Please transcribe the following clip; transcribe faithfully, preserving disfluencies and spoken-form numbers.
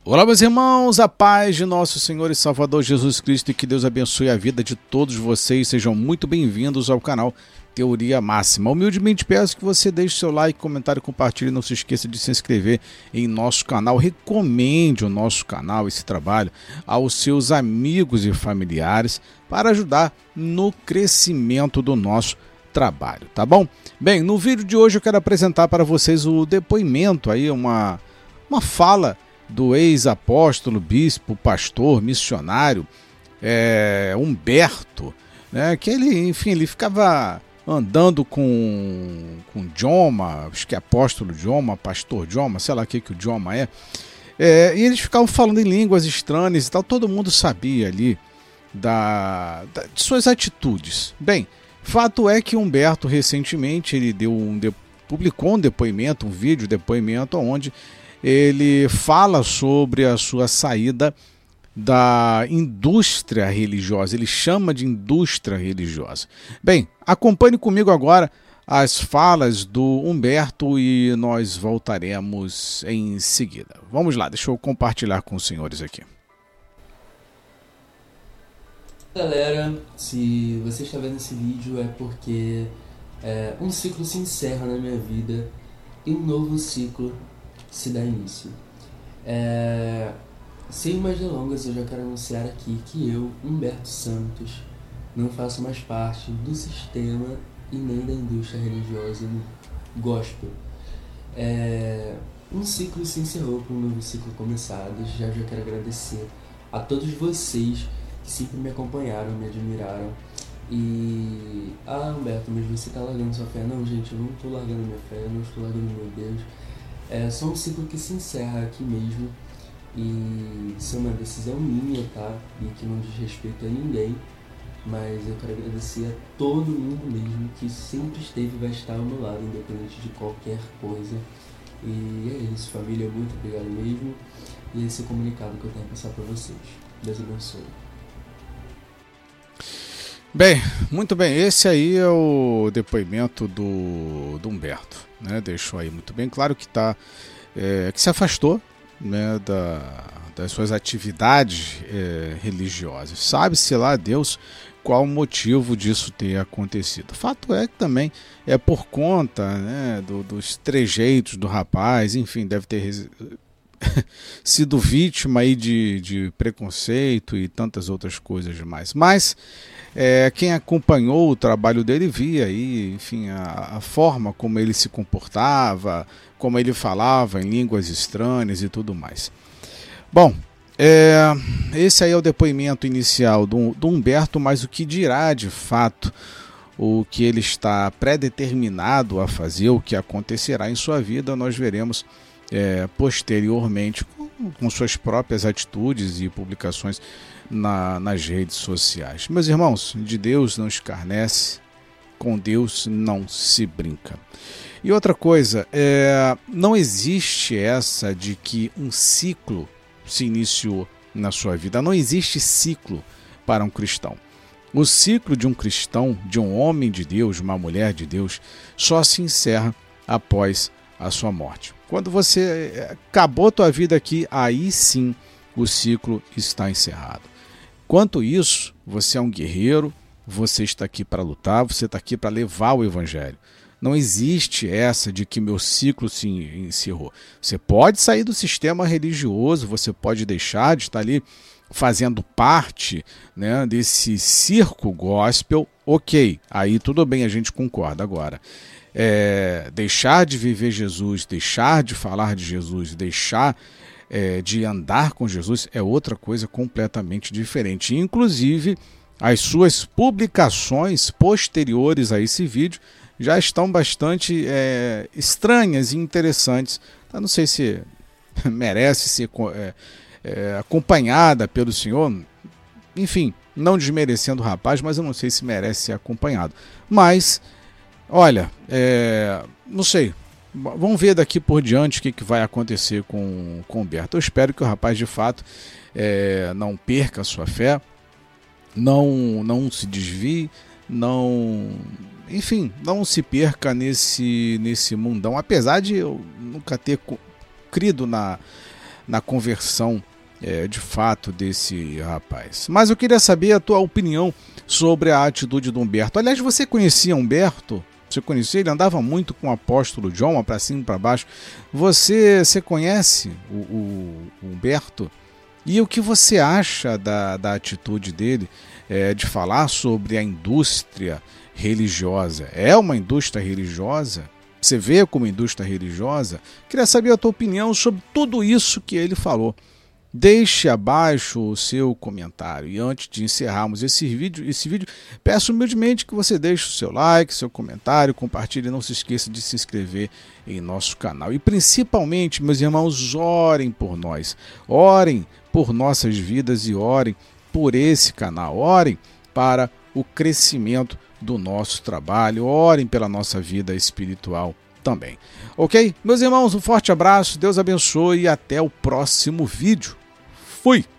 Olá, meus irmãos, a paz de nosso Senhor e Salvador Jesus Cristo e que Deus abençoe a vida de todos vocês. Sejam muito bem-vindos ao canal Teoria Máxima. Humildemente peço que você deixe seu like, comentário, compartilhe. Não se esqueça de se inscrever em nosso canal. Recomende o nosso canal, esse trabalho, aos seus amigos e familiares para ajudar no crescimento do nosso trabalho, tá bom? Bem, no vídeo de hoje eu quero apresentar para vocês o depoimento, aí uma, uma fala do ex-apóstolo, bispo, pastor, missionário, é, Humberto, né, que ele, enfim, ele ficava andando com, com Djoma, acho que é apóstolo Djoma, pastor Djoma, sei lá o que, que o Djoma é, é, e eles ficavam falando em línguas estranhas e tal, todo mundo sabia ali da, da, de suas atitudes. Bem, fato é que Humberto recentemente ele deu um, de, publicou um depoimento, um vídeo depoimento onde ele fala sobre a sua saída da indústria religiosa. Ele chama de indústria religiosa. Bem, acompanhe comigo agora as falas do Humberto e nós voltaremos em seguida. Vamos lá, deixa eu compartilhar com os senhores aqui. Galera, se você está vendo esse vídeo é porque é, um ciclo se encerra na minha vida e um novo ciclo se dá início. É, sem mais delongas, eu já quero anunciar aqui que eu, Humberto Santos, não faço mais parte do sistema e nem da indústria religiosa gospel. É, um ciclo se encerrou para um novo ciclo começar. Desde já, já quero agradecer a todos vocês que sempre me acompanharam, me admiraram. E... Ah, Humberto, mas você está largando sua fé? Não, gente, eu não estou largando minha fé, eu não estou largando meu Deus. É só um ciclo que se encerra aqui mesmo, e isso é uma decisão minha, tá? E que não diz respeito a ninguém, mas eu quero agradecer a todo mundo mesmo que sempre esteve e vai estar ao meu lado, independente de qualquer coisa. E é isso, família, muito obrigado mesmo. E esse é o comunicado que eu tenho a passar para vocês. Deus abençoe. Bem, muito bem, esse aí é o depoimento do, do Humberto, né? Deixou aí muito bem claro que, tá, é, que se afastou, né, da, das suas atividades é, religiosas. Sabe-se lá Deus qual o motivo disso ter acontecido. O fato é que também é por conta, né, do, dos trejeitos do rapaz, enfim, deve ter sido vítima aí de, de preconceito e tantas outras coisas demais. Mas é, quem acompanhou o trabalho dele via aí, enfim, a, a forma como ele se comportava, como ele falava em línguas estranhas e tudo mais. Bom, é, esse aí é o depoimento inicial do, do Humberto, mas o que dirá de fato o que ele está predeterminado a fazer, o que acontecerá em sua vida, nós veremos É, posteriormente com, com suas próprias atitudes e publicações na, nas redes sociais. Meus irmãos, de Deus não escarnece, com Deus não se brinca. E outra coisa, é, não existe essa de que um ciclo se iniciou na sua vida. Não existe ciclo para um cristão. O ciclo de um cristão, de um homem de Deus, uma mulher de Deus, só se encerra após a sua morte. Quando você acabou a tua vida aqui, aí sim o ciclo está encerrado. Quanto isso, você é um guerreiro, você está aqui para lutar, você está aqui para levar o evangelho. Não existe essa de que meu ciclo se encerrou. Você pode sair do sistema religioso, você pode deixar de estar ali fazendo parte, né, desse circo gospel, ok, aí tudo bem, a gente concorda. Agora, É, deixar de viver Jesus, deixar de falar de Jesus, deixar é, de andar com Jesus é outra coisa completamente diferente. Inclusive, as suas publicações posteriores a esse vídeo já estão bastante é, estranhas e interessantes. Eu não sei se merece ser é, é, acompanhada pelo senhor. Enfim, não desmerecendo o rapaz, mas eu não sei se merece ser acompanhado. Mas olha, é, não sei, vamos ver daqui por diante o que, que vai acontecer com, com o Humberto. Eu espero que o rapaz de fato é, não perca a sua fé, não, não se desvie, não, enfim, não se perca nesse, nesse mundão. Apesar de eu nunca ter crido na, na conversão é, de fato desse rapaz. Mas eu queria saber a tua opinião sobre a atitude do Humberto. Aliás, você conhecia Humberto? Você conhecia? Ele andava muito com o apóstolo John, para cima e para baixo. Você, você conhece o, o, o Humberto? E o que você acha da, da atitude dele é, de falar sobre a indústria religiosa? É uma indústria religiosa? Você vê como indústria religiosa? Queria saber a tua opinião sobre tudo isso que ele falou. Deixe abaixo o seu comentário. E antes de encerrarmos esse vídeo, esse vídeo, peço humildemente que você deixe o seu like, seu comentário, compartilhe e não se esqueça de se inscrever em nosso canal. E principalmente, meus irmãos, orem por nós. Orem por nossas vidas e orem por esse canal. Orem para o crescimento do nosso trabalho. Orem pela nossa vida espiritual também. Ok? Meus irmãos, um forte abraço, Deus abençoe e até o próximo vídeo. Fui!